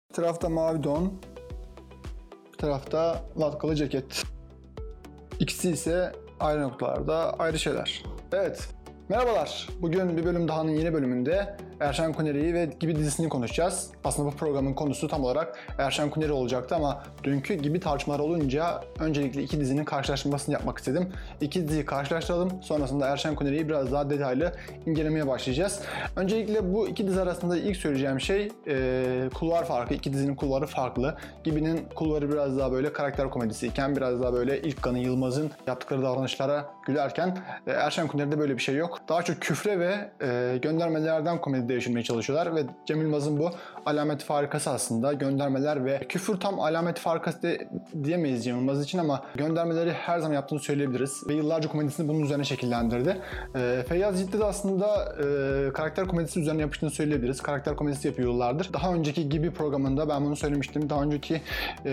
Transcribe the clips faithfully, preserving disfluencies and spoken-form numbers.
Bir tarafta mavi don, bir tarafta vatkalı ceket. İkisi ise ayrı noktalarda ayrı şeyler. Evet, merhabalar. Bugün bir bölüm dahanın yeni bölümünde Erşen Kuneri'yi ve Gibi dizisini konuşacağız. Aslında bu programın konusu tam olarak Erşen Kuneri olacaktı ama dünkü Gibi tartışmaları olunca öncelikle iki dizinin karşılaştırmasını yapmak istedim. İki diziyi karşılaştıralım. Sonrasında Erşen Kuneri'yi biraz daha detaylı incelemeye başlayacağız. Öncelikle bu iki dizi arasında ilk söyleyeceğim şey e, kulvar farkı. İki dizinin kulvarı farklı. Gibi'nin kulvarı biraz daha böyle karakter komedisi iken, biraz daha böyle İlkan'ın, Yılmaz'ın yaptıkları davranışlara gülerken e, Erşen Kuneri'de böyle bir şey yok. Daha çok küfre ve e, göndermelerden komedi değiştirmeye çalışıyorlar ve Cem Yılmaz'ın bu alamet farikası aslında. Göndermeler ve küfür tam alamet farikası de, diyemeyiz Cem Yılmaz için ama göndermeleri her zaman yaptığını söyleyebiliriz. Ve yıllarca komedisini bunun üzerine şekillendirdi. E, Feyyaz Yiğit'te de aslında e, karakter komedisi üzerine yapıştığını söyleyebiliriz. Karakter komedisi yapıyor yıllardır. Daha önceki Gibi programında ben bunu söylemiştim. Daha önceki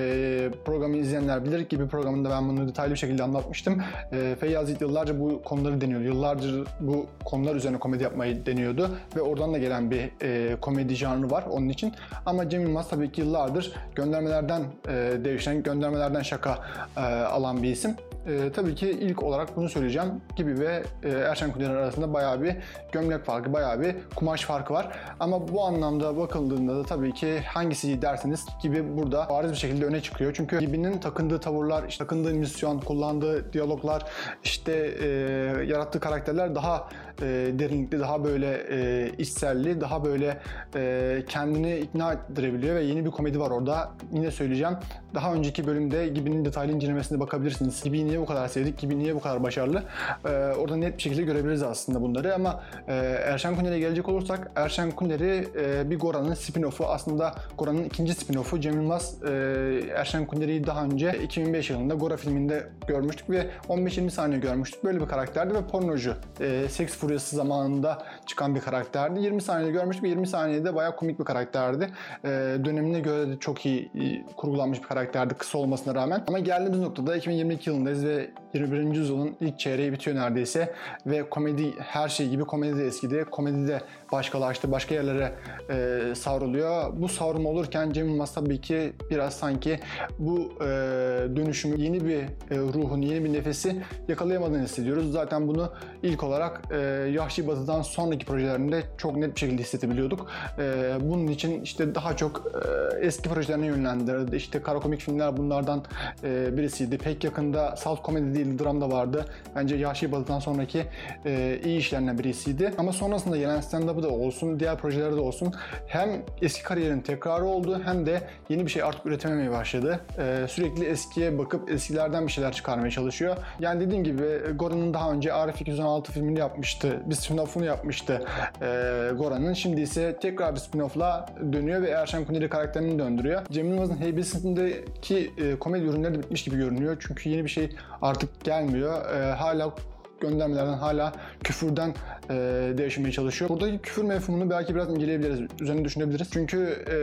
e, programı izleyenler bilir. Gibi programında ben bunu detaylı bir şekilde anlatmıştım. E, Feyyaz Yiğit yıllarca bu konuları deniyordu. Yıllardır bu konular üzerine komedi yapmayı deniyordu ve oradan da gelen bir e, komedi janrı var onun için. Ama Cem Yılmaz tabii ki yıllardır göndermelerden e, değişen, göndermelerden şaka e, alan bir isim. E, tabii ki ilk olarak bunu söyleyeceğim. Gibi ve e, Erşen Kuneri arasında bayağı bir gömlek farkı, bayağı bir kumaş farkı var. Ama bu anlamda bakıldığında da tabii ki hangisi iyi derseniz Gibi burada bariz bir şekilde öne çıkıyor. Çünkü Gibi'nin takındığı tavırlar, işte takındığı misyon, kullandığı diyaloglar, işte e, yarattığı karakterler daha e, derinlikli, daha böyle e, içselli, daha böyle e, kendini ikna ettirebiliyor ve yeni bir komedi var orada. Yine söyleyeceğim. Daha önceki bölümde Gibi'nin detaylı incelemesine bakabilirsiniz. Gibi'yi niye bu kadar sevdik, Gibi niye bu kadar başarılı? Ee, orada net bir şekilde görebiliriz aslında bunları ama e, Erşen Kuneri'ye gelecek olursak Erşen Kuneri e, bir Gora'nın spin-off'u. Aslında Gora'nın ikinci spin-off'u. Cem Yılmaz e, Erşen Kuneri'yi daha önce iki bin beş yılında Gora filminde görmüştük ve on beş yirmi saniye görmüştük. Böyle bir karakterdi ve pornocu. E, seks furyası zamanında çıkan bir karakterdi. yirmi saniyede görmüştük ve yirmi saniyede bayağı komik bir karakterdi. E, dönemine göre de çok iyi, iyi kurgulanmış bir karakterdi kısa olmasına rağmen. Ama geldiğimiz noktada iki bin yirmi iki yılındayız ve yirmi birinci yüzyılın ilk çeyreği bitiyor neredeyse ve komedi her şey gibi komedi de eskidi. Komedi de başkalaştı, başka yerlere e, savruluyor. Bu savrulma olurken Cem Yılmaz tabii ki biraz sanki bu e, dönüşümü, yeni bir e, ruhun, yeni bir nefesi yakalayamadığını hissediyoruz. Zaten bunu ilk olarak e, Yahşi Batı'dan sonraki projelerinde çok net bir şekilde hissedebiliyorduk. E, bunun için işte daha çok e, eski projelerine yönlendirdi. İşte kara komik filmler bunlardan e, birisiydi. Pek yakında salt komedi değil, dram da vardı. Bence Yahşi Batı'dan sonraki e, iyi işlerinden birisiydi. Ama sonrasında gelen stand-up'ı da olsun, diğer projelerde de olsun hem eski kariyerin tekrarı oldu hem de yeni bir şey artık üretememeye başladı. E, sürekli eskiye bakıp eskilerden bir şeyler çıkarmaya çalışıyor. Yani dediğim gibi Gora'nın daha önce Arif iki yüz on altı filmini yapmıştı. Bir spin-off'unu yapmıştı e, Gora'nın. Şimdi ise tekrar bir spin-off'la dönüyor ve Erşen Kuneri karakterini döndürüyor. Cem Yılmaz'ın heybesindeki e, komedi ürünleri de bitmiş gibi görünüyor. Çünkü yeni bir şey artık gelmiyor. E, hala göndermelerden, hala küfürden e, değişmeye çalışıyor. Buradaki küfür mefhumunu belki biraz inceleyebiliriz, üzerine düşünebiliriz. Çünkü e,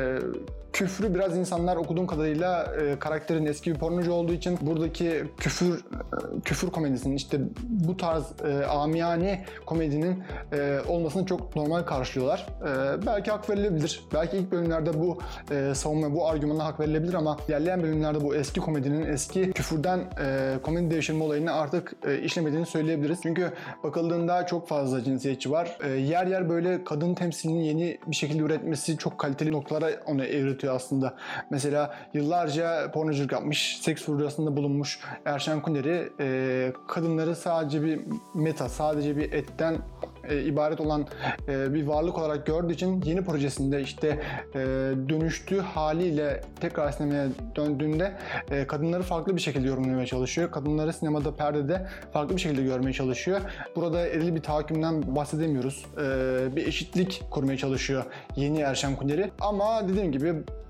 küfrü biraz insanlar okuduğum kadarıyla e, karakterin eski bir pornocu olduğu için buradaki küfür e, küfür komedisinin işte bu tarz e, amiyane komedinin e, olmasını çok normal karşılıyorlar. E, belki hak verilebilir. Belki ilk bölümlerde bu e, savunma, bu argümana hak verilebilir ama ilerleyen bölümlerde bu eski komedinin, eski küfürden e, komedi devşirme olayını artık e, işlemediğini söyleyebiliriz. Çünkü bakıldığında çok fazla cinsiyetçi var. E, yer yer böyle kadın temsilini yeni bir şekilde üretmesi çok kaliteli noktalara onu evritiyor aslında. Mesela yıllarca pornoculuk yapmış, seks furyasında bulunmuş Erşen Kuneri e, kadınları sadece bir meta, sadece bir etten e, ibaret olan e, bir varlık olarak gördüğü için yeni projesinde işte e, dönüştüğü haliyle tekrar sinemaya döndüğünde e, kadınları farklı bir şekilde yorumlamaya çalışıyor. Kadınları sinemada, perdede farklı bir şekilde görmeye çalışıyor. Burada eril bir tahakkümden bahsedemiyoruz. E, bir eşitlik kurmaya çalışıyor yeni Erşen Kuneri. Ama dediğim gibi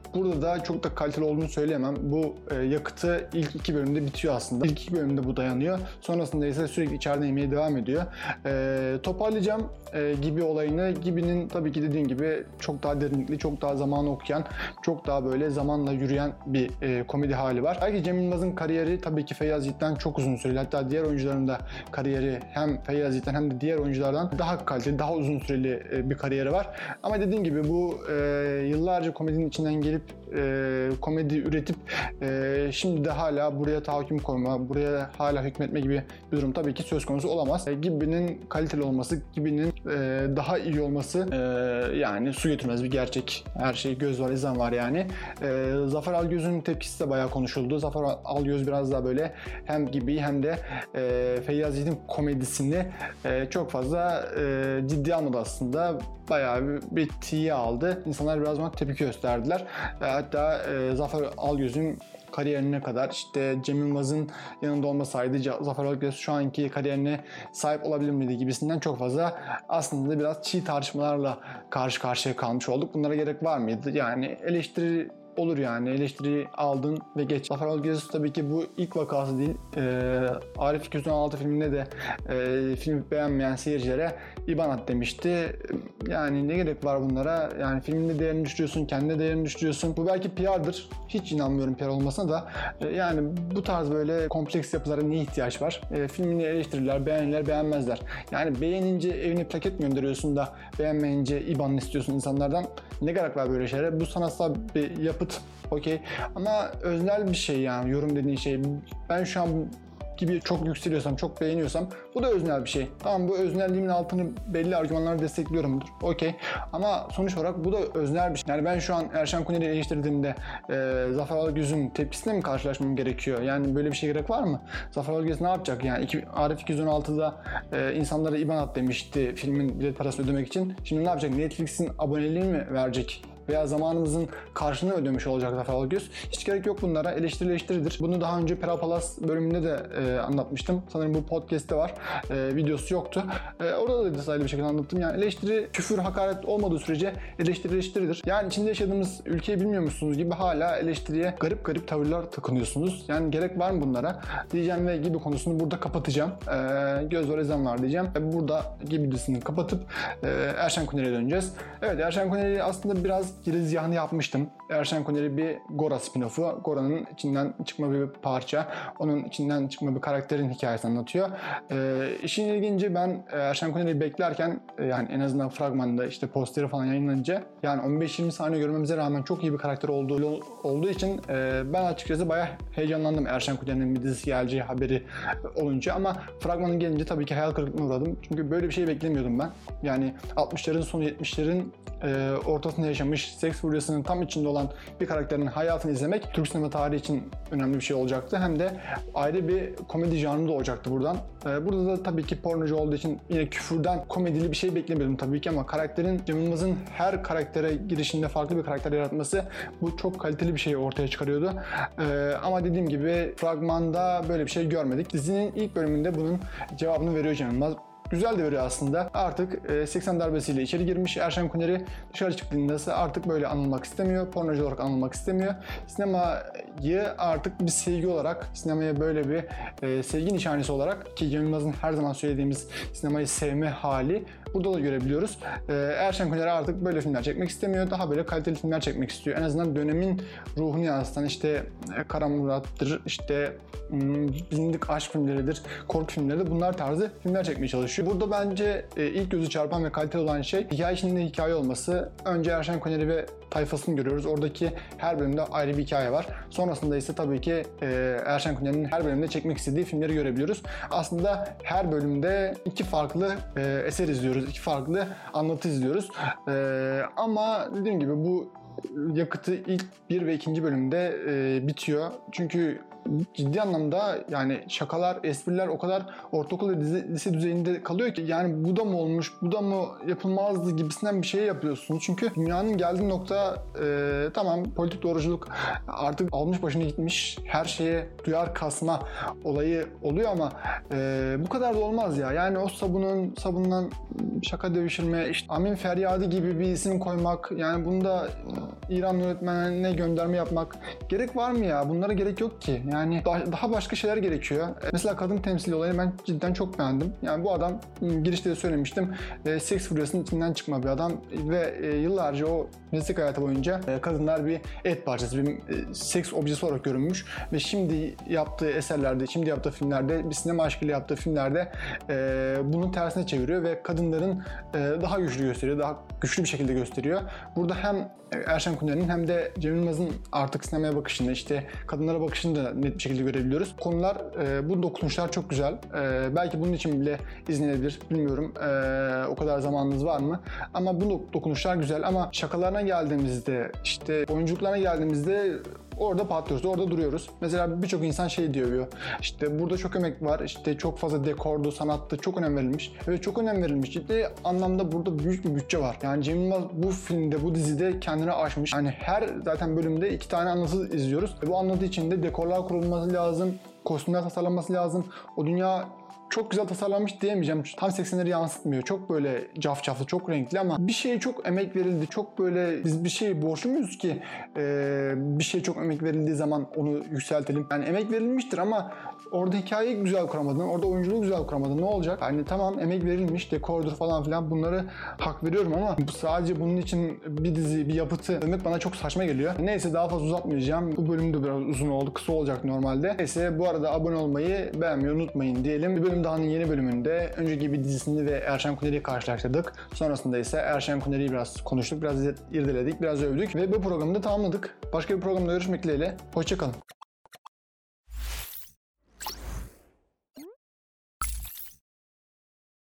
burada da çok da kaliteli olduğunu söyleyemem. Bu e, yakıtı ilk iki bölümde bitiyor aslında. İlk iki bölümde bu dayanıyor. Sonrasında ise sürekli içeride yemeye devam ediyor. E, toparlayacağım e, Gibi olayını. Gibi'nin tabii ki dediğim gibi çok daha derinlikli, çok daha zamanı okuyan, çok daha böyle zamanla yürüyen bir e, komedi hali var. Belki Cem Yılmaz'ın kariyeri tabii ki Feyyaz Yiğit'ten çok uzun süreli. Hatta diğer oyuncuların da kariyeri hem Feyyaz Yiğit'ten hem de diğer oyunculardan daha kaliteli, daha uzun süreli e, bir kariyeri var. Ama dediğim gibi bu e, yıllarca komedinin içinden gelip e, komedi üretip e, şimdi de hala buraya tahakküm koyma, buraya hala hükmetme gibi bir durum tabii ki söz konusu olamaz. E, Gibi'nin kaliteli olması, Gibi'nin e, daha iyi olması e, yani su götürmez bir gerçek. Her şey göz var, izan var yani. E, Zafer Algöz'ün tepkisi de bayağı konuşuldu. Zafer Algöz biraz daha böyle hem Gibi hem de e, Feyyaz Yiğit'in komedisini e, çok fazla e, ciddiye almadı aslında. Bayağı bir, bir tiye aldı. İnsanlar biraz buna tepki gösterdiler. E, hatta e, Zafer Algöz'ün kariyerine kadar işte Cem Yılmaz'ın yanında olmasaydı Zafer Algöz şu anki kariyerine sahip olabilir miydi gibisinden çok fazla aslında biraz çiğ tartışmalarla karşı karşıya kalmış olduk. Bunlara gerek var mıydı? Yani eleştiri olur yani. Eleştiriyi aldın ve geç. Zafer Algöz tabii ki bu ilk vakası değil. Ee, Arif iki yüz on altı filminde de e, filmi beğenmeyen seyircilere İban at demişti. Yani ne gerek var bunlara? Yani filminde değerini düşürüyorsun, kendine değerini düşürüyorsun. Bu belki P R'dır. Hiç inanmıyorum P R olmasına da. E, yani bu tarz böyle kompleks yapılara niye ihtiyaç var? E, filmini eleştirirler, beğenirler, beğenmezler. Yani beğenince evine plaket mi gönderiyorsun da beğenmeyince İban'ını istiyorsun insanlardan? Ne gerek var böyle şeylere? Bu sanatsal bir yapıt. Okey. Ama öznel bir şey yani yorum dediğin şey. Ben şu an Gibi çok yükseliyorsam, çok beğeniyorsam bu da öznel bir şey. Tamam, bu öznelliğimin altını belli argümanlarla destekliyorumdur. Okey. Ama sonuç olarak bu da öznel bir şey. Yani ben şu an Erşan Kuneri'yi eleştirdiğimde e, Zafer Algöz'ün tepkisiyle mi karşılaşmam gerekiyor? Yani böyle bir şey gerek var mı? Zafer Algöz ne yapacak? Yani iki, Arif iki yüz on altıda e, insanlara İban at demişti filmin bilet parasını ödemek için. Şimdi ne yapacak? Netflix'in aboneliğini mi verecek? Veya zamanımızın karşılığını ödemiş olacak Zafer Algöz. Hiç gerek yok bunlara. Eleştiri eleştiridir. Bunu daha önce Pera Palas bölümünde de e, anlatmıştım. Sanırım bu podcast'te var. E, videosu yoktu. E, orada da detaylı bir şekilde anlattım. Yani eleştiri, küfür, hakaret olmadığı sürece eleştiri eleştiridir. Yani içinde yaşadığımız ülkeyi bilmiyormuşsunuz gibi hala eleştiriye garip garip tavırlar takınıyorsunuz. Yani gerek var mı bunlara? Diyeceğim ve Gibi konusunu burada kapatacağım. E, göz var, izan var diyeceğim. E, burada Gibi dizisini kapatıp e, Erşan Kuneri'ye döneceğiz. Evet, Erşan Kuneri aslında biraz girizgahını yapmıştım. Erşan Kuneri bir Gora spin-off'u. Gora'nın içinden çıkma bir parça. Onun içinden çıkma bir karakterin hikayesini anlatıyor. Ee, işin ilginci, ben Erşan Kuneri'yi beklerken yani en azından fragmanda işte posteri falan yayınlanınca yani on beş yirmi saniye görmemize rağmen çok iyi bir karakter olduğu olduğu için e, ben açıkçası bayağı heyecanlandım Erşan Kuneri'nin bir dizisi geleceği haberi olunca, ama fragmanın gelince tabii ki hayal kırıklığına uğradım. Çünkü böyle bir şey beklemiyordum ben. Yani altmışların sonu yetmişlerin e, ortasında yaşamış, seks furyasının tam içinde olan bir karakterin hayatını izlemek Türk sinema tarihi için önemli bir şey olacaktı. Hem de ayrı bir komedi janrı da olacaktı buradan. Ee, burada da tabii ki pornocu olduğu için yine küfürden komedili bir şey beklemiyordum tabii ki, ama karakterin, Cem Yılmaz'ın her karaktere girişinde farklı bir karakter yaratması bu çok kaliteli bir şeyi ortaya çıkarıyordu. Ee, ama dediğim gibi fragmanda böyle bir şey görmedik. Dizinin ilk bölümünde bunun cevabını veriyor Cem Yılmaz. Güzel de veriyor aslında. Artık seksen darbesiyle içeri girmiş Erşan Kuneri, dışarı çıktığında ise artık böyle anılmak istemiyor. Pornocu olarak anılmak istemiyor. Sinemayı artık bir sevgi olarak, sinemaya böyle bir e, sevgi nişanesi olarak, ki Cem Yılmaz'ın her zaman söylediğimiz sinemayı sevme hali burada da görebiliyoruz. E, Erşan Kuneri artık böyle filmler çekmek istemiyor. Daha böyle kaliteli filmler çekmek istiyor. En azından dönemin ruhunu yansıtan işte Kara Murat'tır, işte bilindik aşk filmleridir, korku filmleridir. Bunlar tarzı filmler çekmeye çalışıyor. Burada bence e, ilk gözü çarpan ve kaliteli olan şey hikaye içinde hikaye olması. Önce Erşan Kuneri ve tayfasını görüyoruz. Oradaki her bölümde ayrı bir hikaye var. Sonrasında ise tabii ki e, Erşan Kuneri'nin her bölümde çekmek istediği filmleri görebiliyoruz. Aslında her bölümde iki farklı e, eser izliyoruz. iki farklı anlatı izliyoruz. E, ama dediğim gibi bu yakıtı ilk bir ve ikinci bölümde e, bitiyor. Çünkü ciddi anlamda yani şakalar, espriler o kadar ortaokul ve dizi, lise düzeyinde kalıyor ki yani bu da mı olmuş, bu da mı yapılmazdı gibisinden bir şey yapıyorsunuz. Çünkü dünyanın geldiği nokta e, tamam politik doğruculuk artık almış başına gitmiş, her şeye duyar kasma olayı oluyor ama e, bu kadar da olmaz ya. Yani o sabunun sabundan şaka devşirme, işte Amin Feryadi gibi bir isim koymak, yani bunda İran yönetmenine gönderme yapmak gerek var mı ya? Bunlara gerek yok ki. Yani daha başka şeyler gerekiyor. Mesela kadın temsili olayını ben cidden çok beğendim. Yani bu adam, girişte de söylemiştim, e, seks furyasının içinden çıkma bir adam ve e, yıllarca o meslek hayatı boyunca e, kadınlar bir et parçası, bir e, seks objesi olarak görünmüş ve şimdi yaptığı eserlerde, şimdi yaptığı filmlerde, bir sinema aşkıyla yaptığı filmlerde e, bunun tersine çeviriyor ve kadınların e, daha güçlü gösteriyor, daha güçlü bir şekilde gösteriyor. Burada hem Erşen Kuneri'nin hem de Cem Yılmaz'ın artık sinemaya bakışını, işte kadınlara bakışını da net bir şekilde görebiliyoruz. Konular, e, bu dokunuşlar çok güzel. E, belki bunun için bile izlenebilir, bilmiyorum. E, o kadar zamanınız var mı? Ama bu dokunuşlar güzel ama şakalarına geldiğimizde, işte oyunculuklarına geldiğimizde orada patlıyoruz, orada duruyoruz. Mesela birçok insan şey diyor, işte burada çok emek var, işte çok fazla dekordu, sanattı, çok önem verilmiş. Evet, çok önem verilmiş. Ciddi anlamda burada büyük bir bütçe var. Yani Cem Yılmaz bu filmde, bu dizide kendini aşmış. Yani her zaten bölümde iki tane anlatı izliyoruz. Ve bu anlatı içinde dekorlar kurulması lazım, kostümler tasarlanması lazım. O dünya çok güzel tasarlanmış diyemeyeceğim. Tam seksenleri yansıtmıyor. Çok böyle cafcaflı, çok renkli ama bir şeye çok emek verildi. Çok böyle biz bir şeye borçlu muyuz ki ee, bir şeye çok emek verildiği zaman onu yükseltelim. Yani emek verilmiştir ama orada hikayeyi güzel kuramadın, orada oyunculuğu güzel kuramadın. Ne olacak? Yani tamam, emek verilmiş, dekordur falan filan, bunları hak veriyorum ama bu sadece bunun için bir dizi, bir yapıtı demek bana çok saçma geliyor. Neyse, daha fazla uzatmayacağım. Bu bölüm de biraz uzun oldu. Kısa olacak normalde. Neyse, bu arada abone olmayı, beğenmeyi unutmayın diyelim. Bir bölüm dahanın yeni bölümünde önceki bir dizisini ve Erşen Kuneri'yi karşılaştırdık. Sonrasında ise Erşen Kuneri'yi biraz konuştuk, biraz irdeledik, biraz övdük ve bu programı da tamamladık. Başka bir programda görüşmek dileğiyle. Hoşçakalın.